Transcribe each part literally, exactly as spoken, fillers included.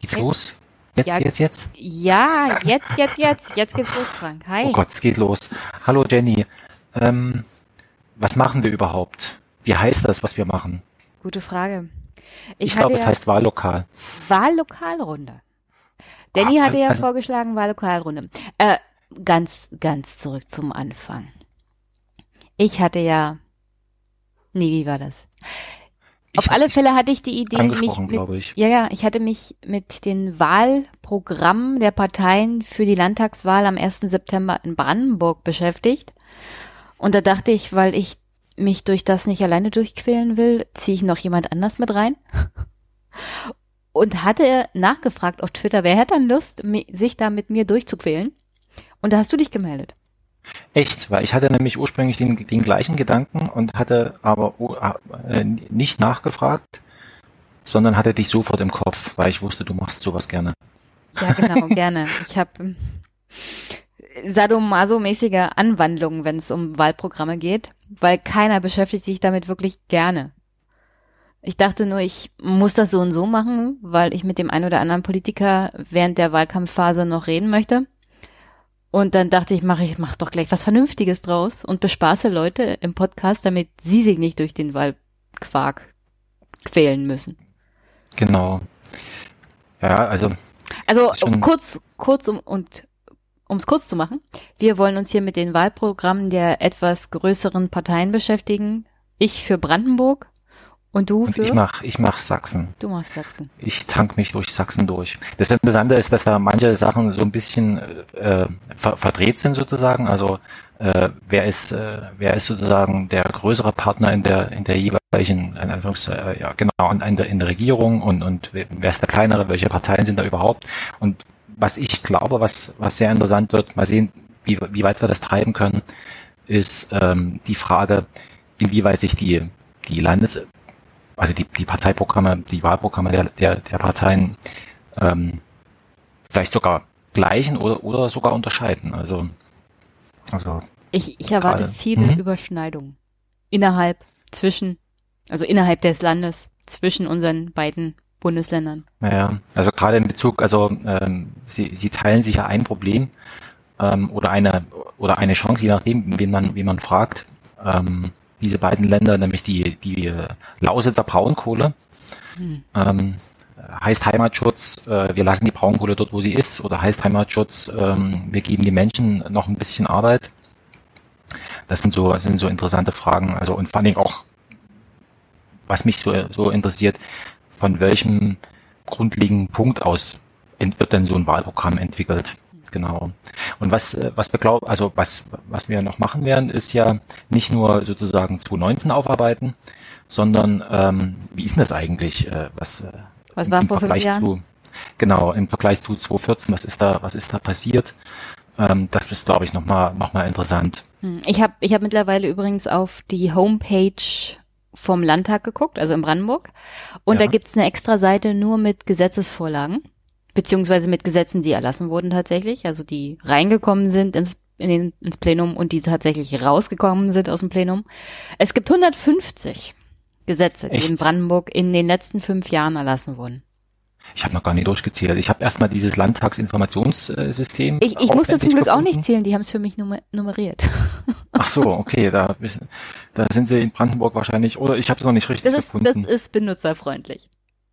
Geht's Hey. los? Jetzt, Ja. jetzt, jetzt? Ja, jetzt, jetzt, jetzt. Jetzt geht's los, Frank. Hi. Oh Gott, es geht los. Hallo Jenny. Ähm, was machen wir überhaupt? Wie heißt das, was wir machen? Gute Frage. Ich, Ich, glaube, hatte es ja heißt Wahllokal. Wahllokalrunde. Danny Ah, hatte ja also- vorgeschlagen Wahllokalrunde. Äh, ganz, ganz zurück zum Anfang. Ich hatte ja, nee, wie war das? Ich Auf hab alle dich Fälle hatte ich die Idee, mich angesprochen, mit, glaube ich. ja, ja, ich hatte mich mit den Wahlprogrammen der Parteien für die Landtagswahl am ersten September in Brandenburg beschäftigt. Und da dachte ich, weil ich mich durch das nicht alleine durchquälen will, ziehe ich noch jemand anders mit rein. Und hatte nachgefragt auf Twitter, wer hätte dann Lust, mi- sich da mit mir durchzuquälen? Und da hast du dich gemeldet. Echt, weil ich hatte nämlich ursprünglich den, den gleichen Gedanken und hatte aber oh, äh, nicht nachgefragt, sondern hatte dich sofort im Kopf, weil ich wusste, du machst sowas gerne. Ja, genau, gerne. Ich habe sadomaso-mäßige Anwandlungen, wenn es um Wahlprogramme geht, weil keiner beschäftigt sich damit wirklich gerne. Ich dachte nur, ich muss das so und so machen, weil ich mit dem einen oder anderen Politiker während der Wahlkampfphase noch reden möchte. Und dann dachte ich, mache ich mach doch gleich was Vernünftiges draus und bespaße Leute im Podcast, damit sie sich nicht durch den Wahlquark quälen müssen. Genau. Ja, also Also ist schon- kurz, kurz um und um es kurz zu machen, wir wollen uns hier mit den Wahlprogrammen der etwas größeren Parteien beschäftigen. Ich für Brandenburg und du und für? ich mach, ich mach Sachsen. Du machst Sachsen. Ich tank mich durch Sachsen durch. Das Interessante ist, dass da manche Sachen so ein bisschen äh, ver verdreht sind sozusagen. Also äh, wer ist äh, wer ist sozusagen der größere Partner in der in der jeweiligen in Anführungs- äh, ja genau in, in, der, in der Regierung und und wer ist der kleinere? Welche Parteien sind da überhaupt? Und was ich glaube, was was sehr interessant wird, mal sehen, wie wie weit wir das treiben können, ist ähm, die Frage, inwieweit sich die die Landes also die, die Parteiprogramme, die Wahlprogramme der, der, der Parteien ähm, vielleicht sogar gleichen oder, oder sogar unterscheiden. Also, also Ich, ich erwarte Gerade. viele Mhm. Überschneidungen innerhalb, zwischen, also innerhalb des Landes, zwischen unseren beiden Bundesländern. naja, also gerade in Bezug, also ähm, sie, sie teilen sich ja ein Problem ähm, oder eine oder eine Chance, je nachdem, wen man, wen man fragt. Ähm, diese beiden Länder, nämlich die, die äh, Lausitzer Braunkohle, Hm. ähm, heißt Heimatschutz, äh, wir lassen die Braunkohle dort, wo sie ist, oder heißt Heimatschutz, ähm, wir geben den Menschen noch ein bisschen Arbeit. Das sind so, das sind so interessante Fragen. Also und vor allen Dingen auch, was mich so, so interessiert, von welchem grundlegenden Punkt aus ent- wird denn so ein Wahlprogramm entwickelt? Genau. Und was, äh, was wir glauben, also was, was wir noch machen werden, ist ja nicht nur sozusagen zwanzig neunzehn aufarbeiten, sondern ähm, wie ist denn das eigentlich? Äh, was äh, Was im, war im vor fünf Vergleich Jahren? zu genau im Vergleich zu zwanzig vierzehn? Was ist da, was ist da passiert? Ähm, das ist, glaube ich, noch mal noch mal interessant. Hm. Ich habe ich hab mittlerweile übrigens auf die Homepage vom Landtag geguckt, also in Brandenburg. Und Ja. da gibt's eine extra Seite nur mit Gesetzesvorlagen, beziehungsweise mit Gesetzen, die erlassen wurden tatsächlich, also die reingekommen sind ins, in den, ins Plenum und die tatsächlich rausgekommen sind aus dem Plenum. Es gibt hundertfünfzig Gesetze, die Echt? in Brandenburg in den letzten fünf Jahren erlassen wurden. Ich habe noch gar nicht durchgezählt. Ich habe erstmal dieses Landtagsinformationssystem. Ich, ich musste zum aufwendig Glück auch gefunden. nicht zählen, die haben es für mich nummer- nummeriert. Ach so, okay, da, da sind sie in Brandenburg wahrscheinlich, oder ich habe es noch nicht richtig Das ist, das gefunden. ist benutzerfreundlich.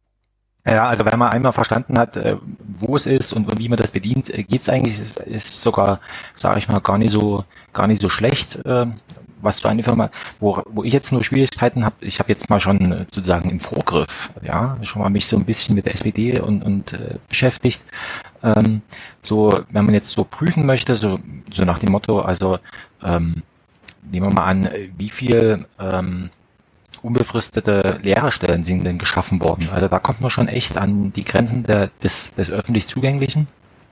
Ja, also wenn man einmal verstanden hat, äh, wo es ist und wie man das bedient, äh, geht's eigentlich, ist, ist sogar, sage ich mal, gar nicht so, gar nicht so schlecht, äh, was für eine Firma, wo, wo ich jetzt nur Schwierigkeiten habe. Ich habe jetzt mal schon äh, sozusagen im Vorgriff, ja, schon mal mich so ein bisschen mit der S P D und, und äh, beschäftigt. Ähm, so, wenn man jetzt so prüfen möchte, so, so nach dem Motto, also ähm, nehmen wir mal an, wie viel ähm, unbefristete Lehrerstellen sind denn geschaffen worden. Also da kommt man schon echt an die Grenzen der, des, des öffentlich Zugänglichen.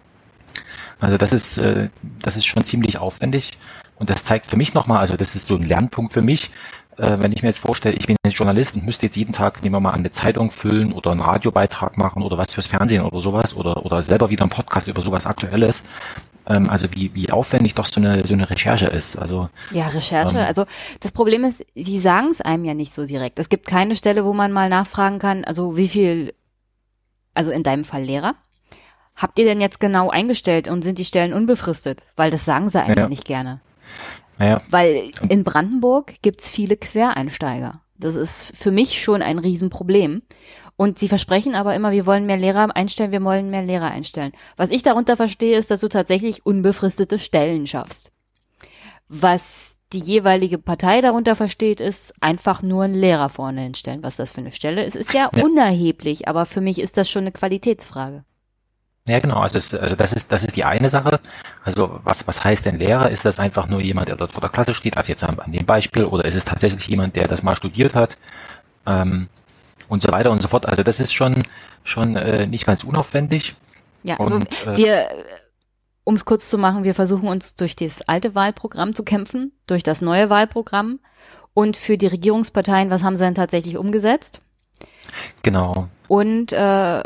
Also das ist, äh, das ist schon ziemlich aufwendig und das zeigt für mich nochmal, also das ist so ein Lernpunkt für mich, äh, wenn ich mir jetzt vorstelle, ich bin jetzt Journalist und müsste jetzt jeden Tag, nehmen wir mal an, eine Zeitung füllen oder einen Radiobeitrag machen oder was fürs Fernsehen oder sowas oder, oder selber wieder einen Podcast über sowas Aktuelles. Ähm, also wie, wie aufwendig doch so eine, so eine Recherche ist. Also Ja, Recherche. Ähm. Also das Problem ist, sie sagen es einem ja nicht so direkt. Es gibt keine Stelle, wo man mal nachfragen kann, also wie viel, also in deinem Fall Lehrer, habt ihr denn jetzt genau eingestellt und sind die Stellen unbefristet? Weil das sagen sie einfach Ja. nicht gerne. Naja, Weil in Brandenburg gibt's viele Quereinsteiger. Das ist für mich schon ein Riesenproblem. Und sie versprechen aber immer, wir wollen mehr Lehrer einstellen, wir wollen mehr Lehrer einstellen. Was ich darunter verstehe, ist, dass du tatsächlich unbefristete Stellen schaffst. Was die jeweilige Partei darunter versteht, ist einfach nur einen Lehrer vorne hinstellen. Was das für eine Stelle ist, ist ja, Ja. unerheblich, aber für mich ist das schon eine Qualitätsfrage. ja genau, also, es, also das ist das ist die eine Sache. Also was was heißt denn Lehrer? Ist das einfach nur jemand, der dort vor der Klasse steht, also jetzt an, an dem Beispiel, oder ist es tatsächlich jemand, der das mal studiert hat? Ähm, und so weiter und so fort. Also das ist schon schon äh, nicht ganz unaufwendig. Ja, also Und, äh, wir, um es kurz zu machen, wir versuchen uns durch das alte Wahlprogramm zu kämpfen, durch das neue Wahlprogramm und für die Regierungsparteien, was haben sie denn tatsächlich umgesetzt? Genau. Und äh,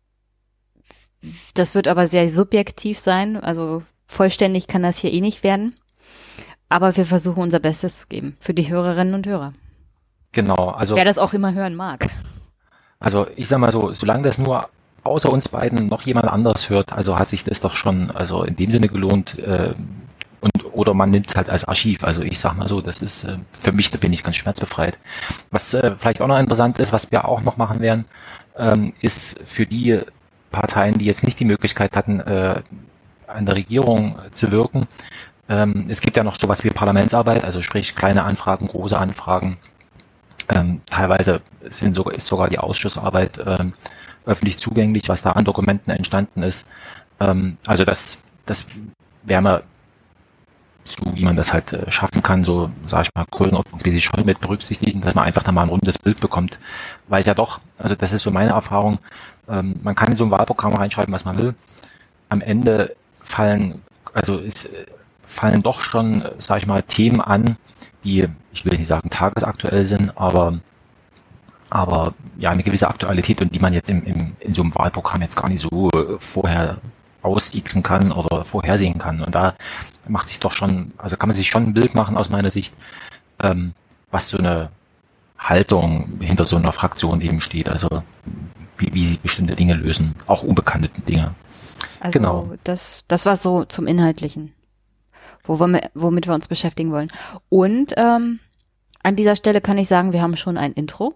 das wird aber sehr subjektiv sein, also vollständig kann das hier eh nicht werden. Aber wir versuchen unser Bestes zu geben für die Hörerinnen und Hörer. Genau. Also Wer das auch immer hören mag. Also ich sag mal so, solange das nur außer uns beiden noch jemand anderes hört, also hat sich das doch schon also in dem Sinne gelohnt, äh, und oder man nimmt es halt als Archiv. Also ich sag mal so, das ist äh, für mich, da bin ich ganz schmerzbefreit. Was äh, vielleicht auch noch interessant ist, was wir auch noch machen werden, ähm, ist für die Parteien, die jetzt nicht die Möglichkeit hatten, äh, an der Regierung zu wirken. Ähm, es gibt ja noch sowas wie Parlamentsarbeit, also sprich kleine Anfragen, große Anfragen. Ähm, teilweise sind sogar, ist sogar die Ausschussarbeit ähm, öffentlich zugänglich, was da an Dokumenten entstanden ist. Ähm, also das, das werden wir, so wie man das halt äh, schaffen kann, so sage ich mal, größenordnungsmäßig schon mit berücksichtigen, dass man einfach da mal ein rundes Bild bekommt. Weil es ja doch, also das ist so meine Erfahrung, ähm, man kann in so ein Wahlprogramm reinschreiben, was man will. Am Ende fallen, also ist, fallen doch schon, sage ich mal, Themen an, die, ich will nicht sagen tagesaktuell sind, aber aber ja eine gewisse Aktualität und die man jetzt im, im, in so einem Wahlprogramm jetzt gar nicht so äh, vorher ausixen kann oder vorhersehen kann. Und da macht sich doch schon, also kann man sich schon ein Bild machen aus meiner Sicht, ähm, was so eine Haltung hinter so einer Fraktion eben steht, also wie, wie sie bestimmte Dinge lösen, auch unbekannte Dinge. Also Genau. das, das war so zum Inhaltlichen, wo wir, womit wir uns beschäftigen wollen. Und ähm, an dieser Stelle kann ich sagen, wir haben schon ein Intro.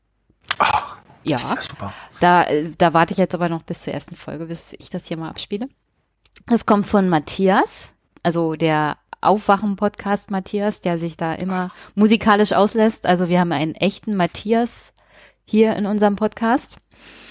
Ach, Ja, das ist ja super. da, da warte ich jetzt aber noch bis zur ersten Folge, bis ich das hier mal abspiele. Das kommt von Matthias, also der Aufwachen-Podcast Matthias, der sich da immer musikalisch auslässt. Also wir haben einen echten Matthias hier in unserem Podcast.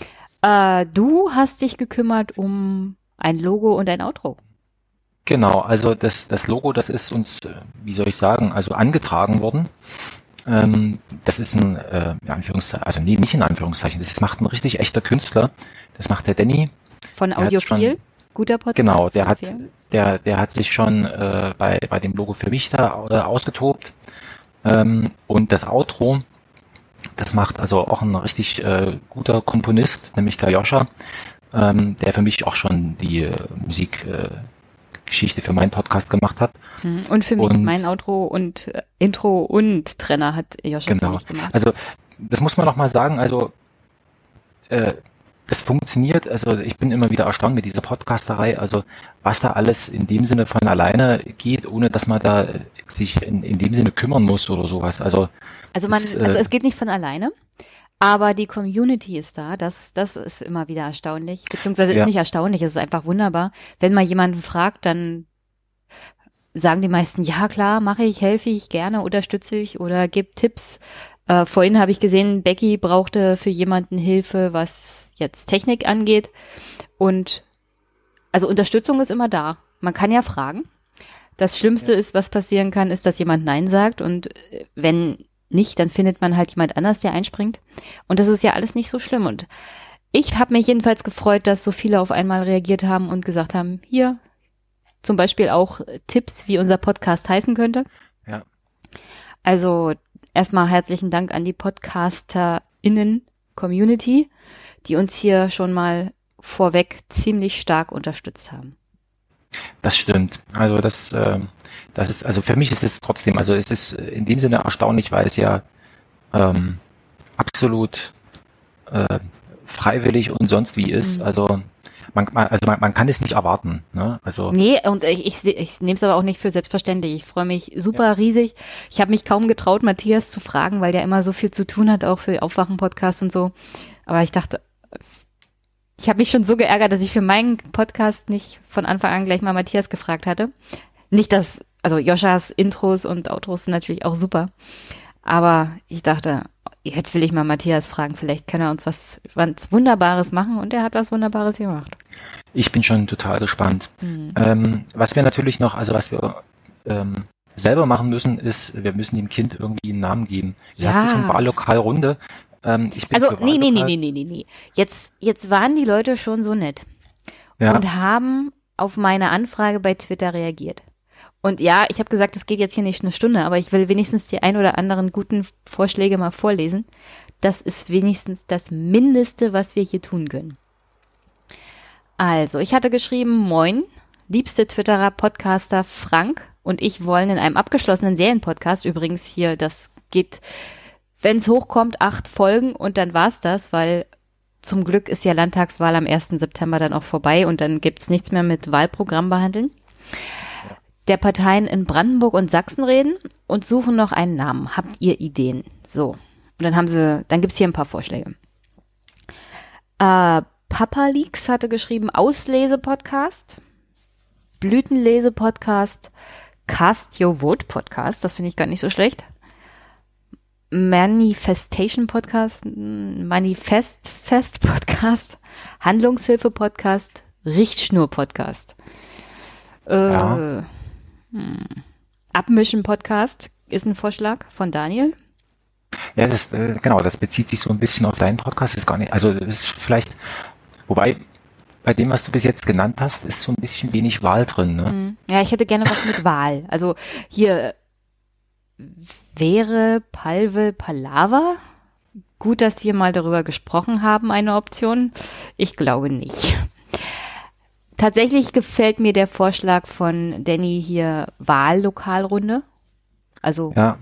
Äh, du hast dich gekümmert um ein Logo und ein Outro. Genau, also das, das Logo, das ist uns, äh, wie soll ich sagen, also angetragen worden. Ähm, das ist ein, äh, in Anführungszeichen, also nee, nicht in Anführungszeichen, das macht ein richtig echter Künstler. Das macht der Danny. Von Der hat's Audiophil, schon- guter Podcast. Genau, der zu hat, empfehlen. der, der hat sich schon äh, bei, bei dem Logo für mich da äh, ausgetobt. Ähm, und das Outro, das macht also auch ein richtig äh, guter Komponist, nämlich der Joscha, ähm, der für mich auch schon die äh, Musikgeschichte äh, Geschichte für meinen Podcast gemacht hat. Mhm. Und für mich Und- mein Outro und äh, Intro und Trenner hat Joscha für Genau. mich gemacht. Also das muss man noch mal sagen, also äh, das funktioniert, also ich bin immer wieder erstaunt mit dieser Podcasterei, also was da alles in dem Sinne von alleine geht, ohne dass man da sich in, in dem Sinne kümmern muss oder sowas. Also Also man, das, äh, also es geht nicht von alleine, aber die Community ist da. Das, das ist immer wieder erstaunlich. Beziehungsweise Ja. ist nicht erstaunlich, es ist einfach wunderbar. Wenn mal jemanden fragt, dann sagen die meisten, ja klar, mache ich, helfe ich, gerne, unterstütze ich oder gebe Tipps. Äh, vorhin habe ich gesehen, Becky brauchte für jemanden Hilfe, was jetzt Technik angeht. Und also Unterstützung ist immer da. Man kann ja fragen. Das Schlimmste ist, was passieren kann, ist, dass jemand Nein sagt und äh, wenn nicht, dann findet man halt jemand anders, der einspringt. Und das ist ja alles nicht so schlimm. Und ich habe mich jedenfalls gefreut, dass so viele auf einmal reagiert haben und gesagt haben, hier zum Beispiel auch Tipps, wie unser Podcast heißen könnte. Ja. Also erstmal herzlichen Dank an die PodcasterInnen-Community, die uns hier schon mal vorweg ziemlich stark unterstützt haben. Das stimmt. Also das, äh, das ist, also für mich ist es trotzdem, also es ist in dem Sinne erstaunlich, weil es ja ähm, absolut äh, freiwillig und sonst wie ist. Mhm. Also man, man, also man, man kann es nicht erwarten. Ne? Also Nee, und ich, ich, ich nehme es aber auch nicht für selbstverständlich. Ich freue mich super ja. riesig. Ich habe mich kaum getraut, Matthias zu fragen, weil der immer so viel zu tun hat, auch für Aufwachen-Podcast und so. Aber ich dachte, ich habe mich schon so geärgert, dass ich für meinen Podcast nicht von Anfang an gleich mal Matthias gefragt hatte. Nicht, dass, also Joschas Intros und Outros sind natürlich auch super. Aber ich dachte, jetzt will ich mal Matthias fragen, vielleicht kann er uns was, was Wunderbares machen, und er hat was Wunderbares gemacht. Ich bin schon total gespannt. Mhm. Ähm, was wir natürlich noch, also was wir ähm, selber machen müssen, ist, wir müssen dem Kind irgendwie einen Namen geben. Ja. Hast du schon Wahllokalrunde? Ähm, ich bin also nee, nee, nee, nee, nee, nee, nee. Jetzt, jetzt waren die Leute schon so nett ja. und haben auf meine Anfrage bei Twitter reagiert. Und ja, ich habe gesagt, es geht jetzt hier nicht eine Stunde, aber ich will wenigstens die ein oder anderen guten Vorschläge mal vorlesen. Das ist wenigstens das Mindeste, was wir hier tun können. Also, ich hatte geschrieben, moin, liebste Twitterer, Podcaster Frank und ich wollen in einem abgeschlossenen Serienpodcast, übrigens hier, das geht, wenn es hochkommt, acht Folgen und dann war's das, weil zum Glück ist ja Landtagswahl am ersten September dann auch vorbei und dann gibt's nichts mehr mit Wahlprogramm behandeln. Der Parteien in Brandenburg und Sachsen reden und suchen noch einen Namen. Habt ihr Ideen? So. Und dann haben sie, dann gibt's hier ein paar Vorschläge. Äh, Papa Leaks hatte geschrieben, Auslese-Podcast, Blütenlese-Podcast, Cast Your Vote Podcast, das finde ich gar nicht so schlecht. Manifestation Podcast, Manifest Fest Podcast, Handlungshilfe Podcast, Richtschnur Podcast. Äh, ja. hm. Abmischen Podcast ist ein Vorschlag von Daniel. Ja, das, äh, genau, das bezieht sich so ein bisschen auf deinen Podcast, ist gar nicht, also das ist vielleicht, wobei, bei dem, was du bis jetzt genannt hast, ist so ein bisschen wenig Wahl drin, ne? Ja, ich hätte gerne was mit Wahl. Also hier wäre Palve Palava. Gut, dass wir mal darüber gesprochen haben, eine Option. Ich glaube nicht. Tatsächlich gefällt mir der Vorschlag von Danny hier Wahllokalrunde. Also ja.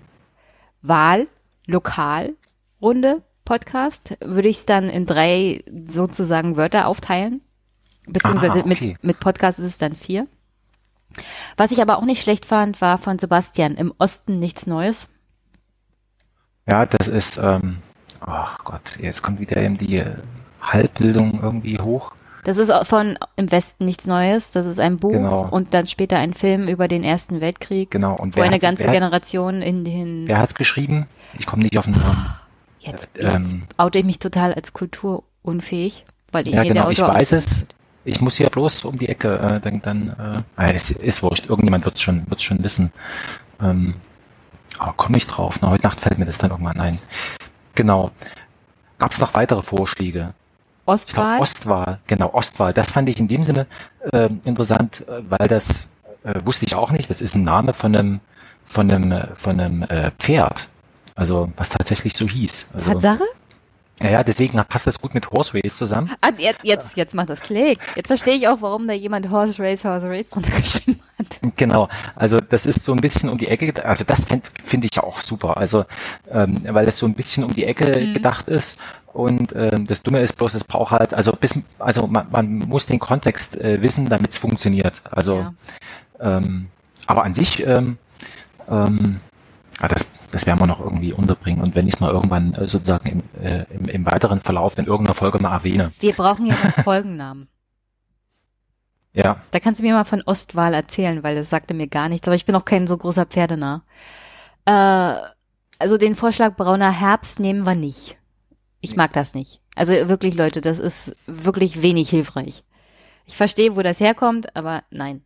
Wahllokalrunde Podcast. Würde ich es dann in drei sozusagen Wörter aufteilen. Beziehungsweise ah, okay. mit, mit Podcast ist es dann vier. Was ich aber auch nicht schlecht fand, war von Sebastian, im Osten nichts Neues. Ja, das ist, ähm, ach Gott, jetzt kommt wieder eben die Halbbildung irgendwie hoch. Das ist von Im Westen nichts Neues. Das ist ein Buch genau. und dann später ein Film über den Ersten Weltkrieg. Genau. Und wo eine ganze wer, Generation in den... Wer hat's geschrieben? Ich komme nicht auf den Namen. Jetzt, jetzt ähm, oute ich mich total als kulturunfähig, weil ja, mir genau, der Autor... ich weiß es. Ich muss hier bloß um die Ecke, äh, dann, dann äh, es ist wurscht, irgendjemand wird's schon, wird's schon wissen. Ähm, aber komme ich drauf? Na, heute Nacht fällt mir das dann irgendwann ein. Genau. Gab's noch weitere Vorschläge? Ostwahl? Glaub, Ostwahl, genau, Ostwahl. Das fand ich in dem Sinne äh, interessant, weil das äh, wusste ich auch nicht. Das ist ein Name von einem, von einem, von einem äh, Pferd. Also was tatsächlich so hieß. Also, Tatsache? Ja, ja, deswegen passt das gut mit Horse Race zusammen. Ah, jetzt, jetzt, jetzt macht das Klick. Jetzt verstehe ich auch, warum da jemand Horse Race, Horse Race drunter geschrieben hat. Genau, also das ist so ein bisschen um die Ecke, also das finde find ich ja auch super, also ähm, weil das so ein bisschen um die Ecke mhm. gedacht ist und ähm, das Dumme ist bloß, es braucht halt, also bis, also man, man muss den Kontext äh, wissen, damit es funktioniert, also ja. ähm, aber an sich ähm, ähm, ja, das Das werden wir noch irgendwie unterbringen. Und wenn ich es mal irgendwann äh, sozusagen im, äh, im, im weiteren Verlauf in irgendeiner Folge mal erwähne. Wir brauchen ja noch Folgennamen. Ja. Da kannst du mir mal von Ostwahl erzählen, weil das sagte mir gar nichts. Aber ich bin auch kein so großer Pferdenah. Äh, also den Vorschlag brauner Herbst nehmen wir nicht. Ich mag das nicht. Also wirklich, Leute, das ist wirklich wenig hilfreich. Ich verstehe, wo das herkommt, aber nein.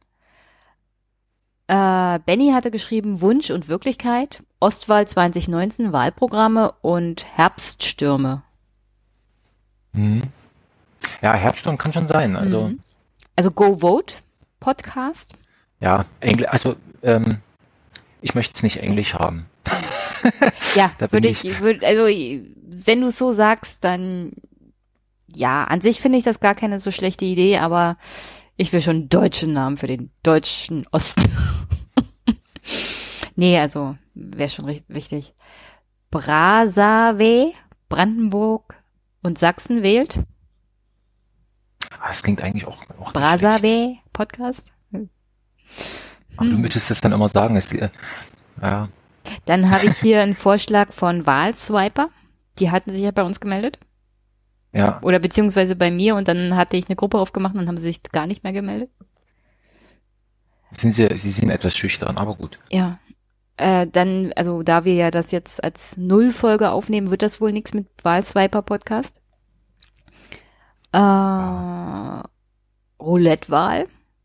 Äh, Benny hatte geschrieben Wunsch und Wirklichkeit, Ostwahl zwanzig neunzehn, Wahlprogramme und Herbststürme. Mhm. Ja, Herbststurm kann schon sein. Also, mhm. also Go Vote Podcast. Ja, Engl- also ähm, ich möchte es nicht Englisch haben. Ja, würde ich, ich würd, also wenn du es so sagst, dann ja, an sich finde ich das gar keine so schlechte Idee, aber ich will schon einen deutschen Namen für den deutschen Osten. Nee, also wäre schon richtig wichtig. Brasawe, Brandenburg, und Sachsen wählt. Das klingt eigentlich auch, auch Brazzaville Podcast. Aber hm. du müsstest das dann immer sagen. Es, äh, ja. Dann habe ich hier einen Vorschlag von Wahlswiper. Die hatten sich ja bei uns gemeldet. Ja. Oder beziehungsweise bei mir und dann hatte ich eine Gruppe aufgemacht und haben sie sich gar nicht mehr gemeldet. Sind sie, sie sind etwas schüchtern, aber gut. Ja. Äh, dann, also da wir ja das jetzt als Nullfolge aufnehmen, wird das wohl nichts mit Wahlswiper Podcast. Äh, ja. Roulette-Wahl.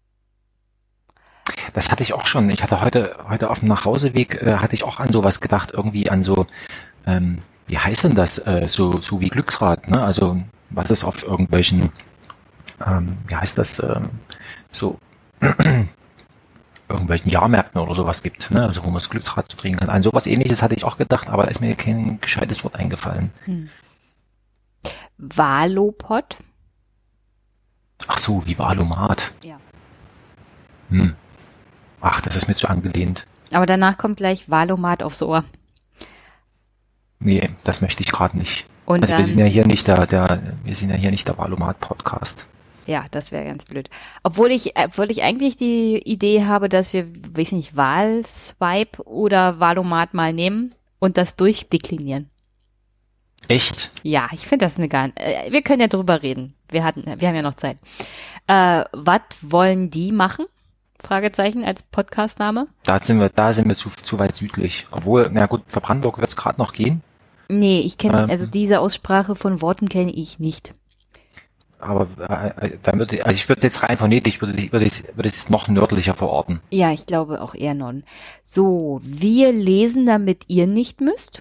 Das hatte ich auch schon. Ich hatte heute, heute auf dem Nachhauseweg, äh, hatte ich auch an sowas gedacht, irgendwie an so, ähm, wie heißt denn das, äh, so, so wie Glücksrad, ne? Also, was es auf irgendwelchen, ähm, wie heißt das, ähm, so, irgendwelchen Jahrmärkten oder sowas gibt, ne? Also, wo man das Glücksrad drehen kann. An sowas Ähnliches hatte ich auch gedacht, aber da ist mir kein gescheites Wort eingefallen. Hm. Valopod. Ach so, wie Valomat. Ja. Hm. Ach, das ist mir zu angelehnt. Aber danach kommt gleich Valomat aufs Ohr. Nee, das möchte ich gerade nicht. Und also dann, wir sind ja hier nicht der, der, wir sind ja hier nicht der Valomat-Podcast. Ja, das wäre ganz blöd. Obwohl ich, obwohl ich eigentlich die Idee habe, dass wir, weiß nicht, Wahlswipe oder Valomat mal nehmen und das durchdeklinieren. Echt? Ja, ich finde das eine gar, äh, wir können ja drüber reden. Wir hatten, wir haben ja noch Zeit. Äh, was wollen die machen? Fragezeichen als Podcastname. Da sind wir, da sind wir zu, zu weit südlich. Obwohl, na gut, für Brandenburg wird es gerade noch gehen. Nee, ich kenne, ähm, also diese Aussprache von Worten kenne ich nicht. Aber äh, dann würde, also ich würde jetzt rein phonetisch, würde ich, würde ich, würde ich es noch nördlicher verorten. Ja, ich glaube auch eher Norden. So, wir lesen, damit ihr nicht müsst.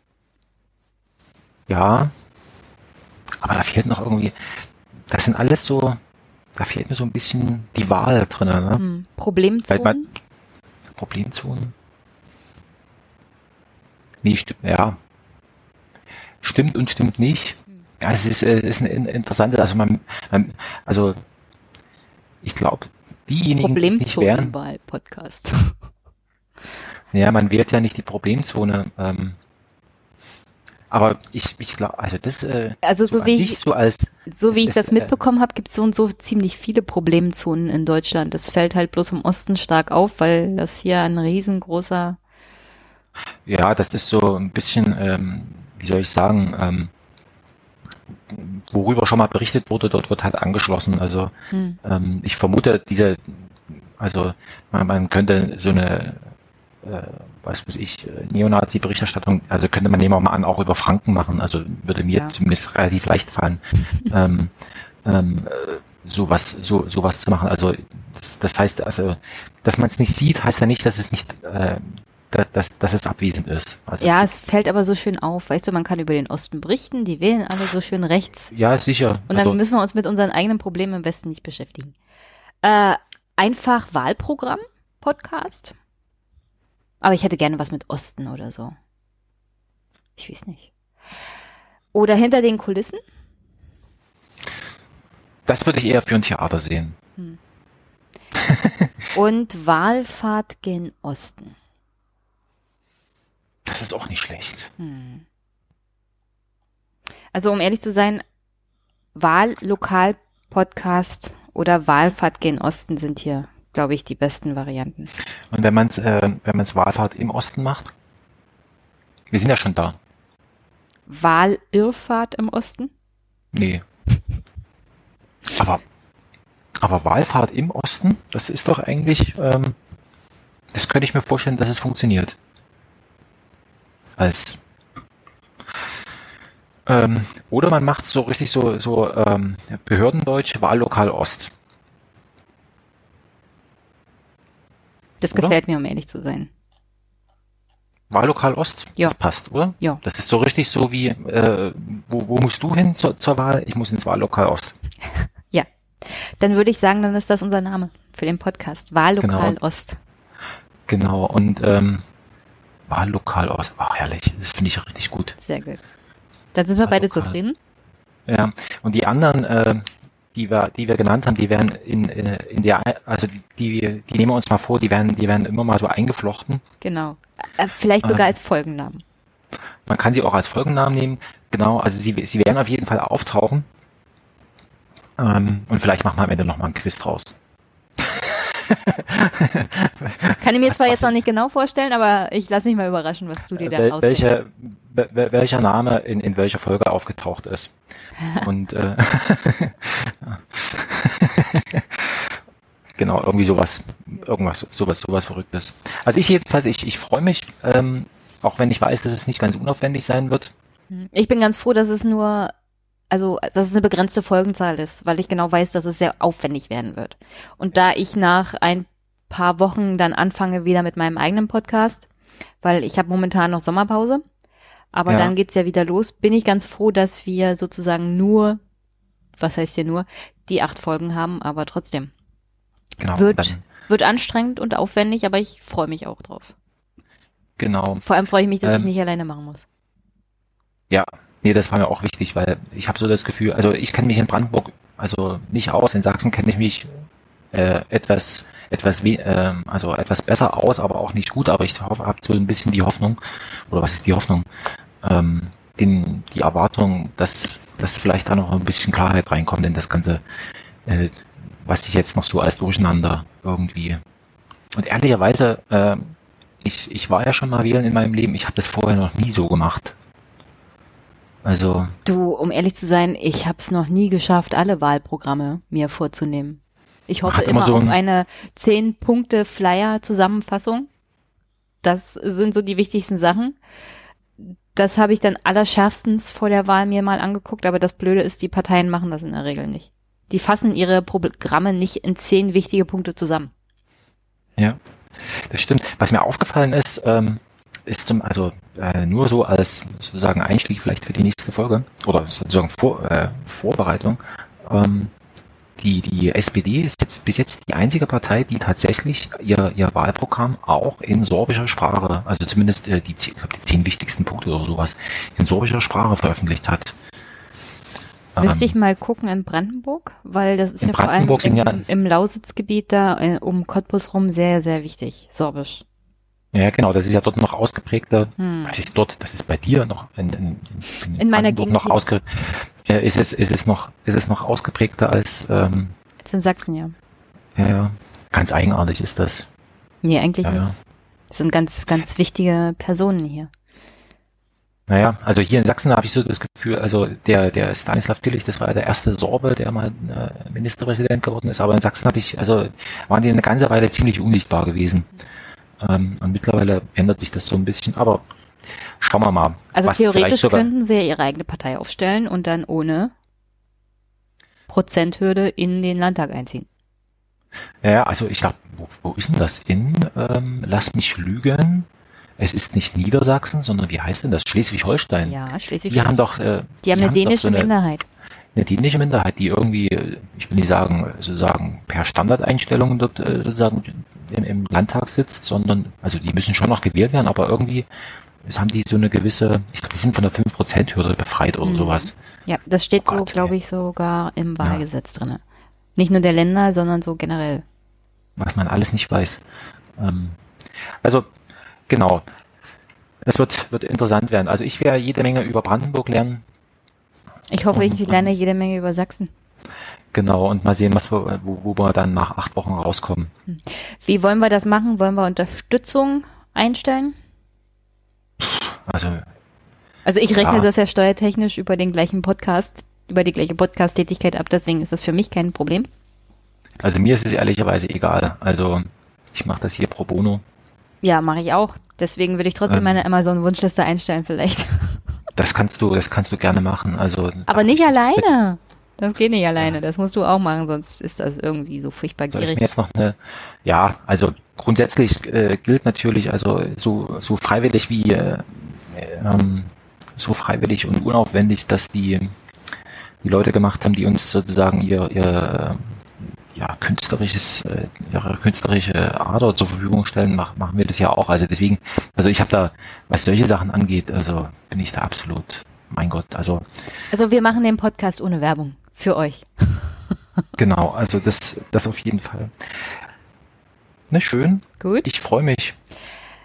Ja, aber da fehlt noch irgendwie, das sind alles so, da fehlt mir so ein bisschen die Wahl drin. Ne? Hm. Problemzonen? Problemzonen? Nee, stimmt, ja. Stimmt und stimmt nicht. Ja, es ist, äh, ist ein interessantes, also man, man also ich glaube, diejenigen, die es nicht wären. Podcast. Ja, man wählt ja nicht die Problemzone. Ähm, aber ich, ich glaube, also das, äh, also so, so wie ich, so als, so wie ich das, das mitbekommen habe, gibt es so und so ziemlich viele Problemzonen in Deutschland. Das fällt halt bloß im Osten stark auf, weil das hier ein riesengroßer. Ja, das ist so ein bisschen, ähm, wie soll ich sagen, ähm, worüber schon mal berichtet wurde, dort wird halt angeschlossen. Also hm. ähm, ich vermute, diese, also man, man könnte so eine äh, was weiß ich, Neonazi-Berichterstattung, also könnte man nehmen wir mal an, auch über Franken machen, also würde mir ja. zumindest relativ leicht fallen, ähm, ähm, sowas, so, sowas zu machen. Also das, das heißt, also, dass man es nicht sieht, heißt ja nicht, dass es nicht, äh, dass, dass es abwesend ist. Also ja, es, es fällt aber so schön auf, weißt du, man kann über den Osten berichten, die wählen alle so schön rechts. Ja, sicher. Und dann also, müssen wir uns mit unseren eigenen Problemen im Westen nicht beschäftigen. Äh, einfach Wahlprogramm, Podcast. Aber ich hätte gerne was mit Osten oder so. Ich weiß nicht. Oder hinter den Kulissen? Das würde ich eher für ein Theater sehen. Hm. Und Wahlfahrt gen Osten. Das ist auch nicht schlecht. Hm. Also um ehrlich zu sein, Wahllokal-Podcast oder Wahlfahrt gen Osten sind hier, glaube ich, die besten Varianten. Und wenn man es äh, wenn man es Wahlfahrt im Osten macht? Wir sind ja schon da. Wahlirrfahrt im Osten? Nee. aber aber Wahlfahrt im Osten, das ist doch eigentlich, ähm, das könnte ich mir vorstellen, dass es funktioniert. Als ähm, oder man macht es so richtig so so ähm, Behördendeutsch, Wahllokal Ost. Das gefällt oder? Mir, um ehrlich zu sein. Wahllokal Ost? Ja. Das passt, oder? Ja. Das ist so richtig so wie, äh, wo, wo musst du hin zur, zur Wahl? Ich muss ins Wahllokal Ost. Ja. Dann würde ich sagen, dann ist das unser Name für den Podcast. Wahllokal genau. Ost. Genau. Und ähm, Wahllokal Ost. Ach, herrlich. Das finde ich richtig gut. Sehr gut. Dann sind wir beide zufrieden. Ja. Und die anderen, äh, die wir, die wir genannt haben, die werden in, in, in der, also die, die nehmen wir uns mal vor, die werden, die werden immer mal so eingeflochten. Genau. Äh, vielleicht sogar äh, als Folgennamen. Man kann sie auch als Folgennamen nehmen. Genau, also sie, sie werden auf jeden Fall auftauchen. Ähm, und vielleicht machen wir am Ende nochmal ein Quiz draus. Kann ich mir was, zwar was, jetzt noch nicht genau vorstellen, aber ich lasse mich mal überraschen, was du dir da wel, ausdenkst. welche, wel, welcher Name in, in welcher Folge aufgetaucht ist. Und äh, genau, irgendwie sowas, irgendwas, sowas, sowas Verrücktes. Also ich jedenfalls, ich, ich freue mich, ähm, auch wenn ich weiß, dass es nicht ganz unaufwendig sein wird. Ich bin ganz froh, dass es nur, also dass es eine begrenzte Folgenzahl ist, weil ich genau weiß, dass es sehr aufwendig werden wird. Und da ich nach ein paar Wochen dann anfange wieder mit meinem eigenen Podcast, weil ich habe momentan noch Sommerpause, aber Ja. dann geht's ja wieder los, bin ich ganz froh, dass wir sozusagen nur, was heißt hier nur, die acht Folgen haben, aber trotzdem. Genau. Wird, Dann, wird anstrengend und aufwendig, aber ich freue mich auch drauf. genau. Vor allem freue ich mich, dass ich Ähm, es nicht alleine machen muss. Ja, nee, das war mir auch wichtig, weil ich habe so das Gefühl, also ich kenne mich in Brandenburg also nicht aus, in Sachsen kenne ich mich äh, etwas etwas we ähm, also etwas besser aus, aber auch nicht gut, aber ich hoffe, habe so ein bisschen die Hoffnung, oder was ist die Hoffnung, ähm, den, die Erwartung, dass, dass vielleicht da noch ein bisschen Klarheit reinkommt in das Ganze, äh, was sich jetzt noch so als Durcheinander irgendwie. Und ehrlicherweise, äh, ich, ich war ja schon mal wählen in meinem Leben, ich habe das vorher noch nie so gemacht. Also, Du, um ehrlich zu sein, ich habe es noch nie geschafft, alle Wahlprogramme mir vorzunehmen. Ich hoffe hat immer immer so auf ein- eine zehn Punkte Flyer Zusammenfassung. Das sind so die wichtigsten Sachen. Das habe ich dann allerschärfstens vor der Wahl mir mal angeguckt, aber das Blöde ist, die Parteien machen das in der Regel nicht. Die fassen ihre Programme nicht in zehn wichtige Punkte zusammen. ja, das stimmt. Was mir aufgefallen ist, ähm, ist zum, also äh, nur so als sozusagen Einstieg vielleicht für die nächste Folge oder sozusagen Vor, äh, Vorbereitung. Ähm, die die S P D ist jetzt bis jetzt die einzige Partei, die tatsächlich ihr ihr Wahlprogramm auch in sorbischer Sprache, also zumindest äh, die, ich glaube, die zehn wichtigsten Punkte oder sowas in sorbischer Sprache veröffentlicht hat. Müsste Ähm, ich mal gucken in Brandenburg, weil das ist In ja vor allem Brandenburg sind im, ja- im Lausitzgebiet da äh, um Cottbus rum sehr, sehr wichtig, Sorbisch. Ja, genau, das ist ja dort noch ausgeprägter. Hm. Was ist dort? Das ist bei dir noch in, in, in, In meiner Brandenburg Gegend noch hier. ausge, äh, ist es, ist es noch, ist es noch ausgeprägter als, ähm, Jetzt in Sachsen, ja. ja, ja, ganz eigenartig ist das. Nee, eigentlich Ja, nicht. ja. Das sind ganz, ganz wichtige Personen hier. Naja, also hier in Sachsen habe ich so das Gefühl, also der, der Stanislav Tillich, das war ja der erste Sorbe, der mal äh, Ministerpräsident geworden ist, aber in Sachsen habe ich, also waren die eine ganze Weile ziemlich unsichtbar gewesen. Ähm, und mittlerweile ändert sich das so ein bisschen, aber schauen wir mal. Also was vielleicht theoretisch sogar, könnten sie ja ihre eigene Partei aufstellen und dann ohne Prozenthürde in den Landtag einziehen. Ja, also ich glaube, wo, wo ist denn das? In, ähm, lass mich lügen, es ist nicht Niedersachsen, sondern wie heißt denn das? Schleswig-Holstein. Ja, Die Schleswig-Holstein. haben doch, äh, Die haben eine doch dänische so eine, Minderheit. eine dänische Minderheit, die irgendwie, äh, ich will nicht sagen, sozusagen per Standardeinstellung dort äh, sozusagen im, im Landtag sitzt, sondern, also die müssen schon noch gewählt werden, aber irgendwie es haben die so eine gewisse, ich glaube, die sind von der fünf Prozent Hürde befreit oder Mhm. sowas. Ja, das steht Oh so, Gott, glaube ey. ich, sogar im Wahlgesetz drinne. Nicht nur der Länder, sondern so generell. Was man alles nicht weiß. Ähm, also, genau. Das wird, wird interessant werden. Also ich werde jede Menge über Brandenburg lernen. Ich hoffe, ich Und- lerne jede Menge über Sachsen. Genau, und mal sehen, was wir, wo, wo wir dann nach acht Wochen rauskommen. Wie wollen wir das machen? Wollen wir Unterstützung einstellen? Also, Also ich rechne Ja. das ja steuertechnisch über den gleichen Podcast, über die gleiche Podcast-Tätigkeit ab, deswegen ist das für mich kein Problem. also mir ist es ehrlicherweise egal. Also ich mache das hier pro bono. Ja, mache ich auch. Deswegen würde ich trotzdem Ähm. meine Amazon-Wunschliste einstellen vielleicht. Das kannst du, das kannst du gerne machen. Also, Aber nicht das- alleine. Das geht nicht alleine. Das musst du auch machen, sonst ist das irgendwie so furchtbar Soll ich mir gierig. jetzt noch eine, ja, also grundsätzlich äh, gilt natürlich, also so, so freiwillig wie, äh, ähm, so freiwillig und unaufwendig, dass die, die Leute gemacht haben, die uns sozusagen ihr, ihr äh, ja, künstlerisches, äh, ihre künstlerische Ader zur Verfügung stellen, mach, machen wir das ja auch. Also deswegen, also ich habe da, was solche Sachen angeht, also bin ich da absolut, mein Gott, also Also wir machen den Podcast ohne Werbung. Für euch. genau, also das, das auf jeden Fall. Ne, schön. Gut. Ich freue mich.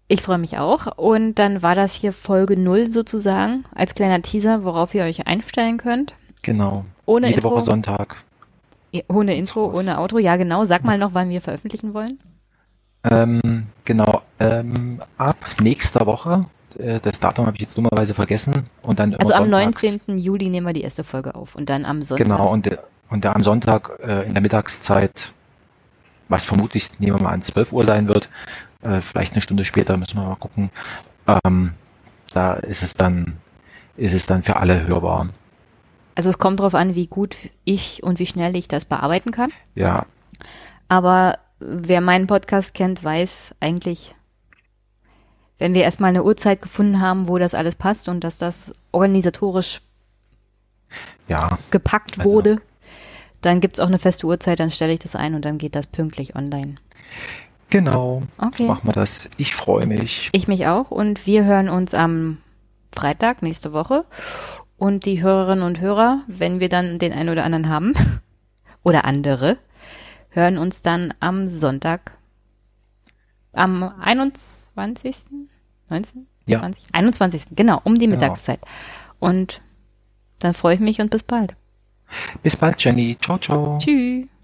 Ich freue mich auch. Und dann war das hier Folge null sozusagen, als kleiner Teaser, worauf ihr euch einstellen könnt. Genau. Ohne Jede Intro. Woche Sonntag. Ohne Intro, ohne Outro. Ja, genau. Sag mal noch, wann wir veröffentlichen wollen. Ähm, genau. Ähm, ab nächster Woche. Äh, das Datum habe ich jetzt dummerweise vergessen. Und dann immer Also am sonntags. neunzehnten Juli nehmen wir die erste Folge auf. Und dann am Sonntag. Genau. Und, der- und der am Sonntag äh, in der Mittagszeit, was vermutlich, nehmen wir mal an, zwölf Uhr sein wird, äh, vielleicht eine Stunde später, müssen wir mal gucken. Ähm, da ist es dann, ist es dann für alle hörbar. Also es kommt darauf an, wie gut ich und wie schnell ich das bearbeiten kann. Ja, Aber wer meinen Podcast kennt, weiß eigentlich, wenn wir erstmal eine Uhrzeit gefunden haben, wo das alles passt und dass das organisatorisch ja, gepackt Also- wurde, dann gibt's auch eine feste Uhrzeit, dann stelle ich das ein und dann geht das pünktlich online. genau. Okay. So machen wir das. Ich freue mich. Ich mich auch und wir hören uns am Freitag nächste Woche und die Hörerinnen und Hörer, wenn wir dann den einen oder anderen haben oder andere, hören uns dann am Sonntag am einundzwanzigsten neunzehnten Ja. zwanzig einundzwanzigsten Genau, um die Genau. Mittagszeit. Und dann freue ich mich und bis bald. Bis bald, Jenny. Ciao, ciao. Tschüss.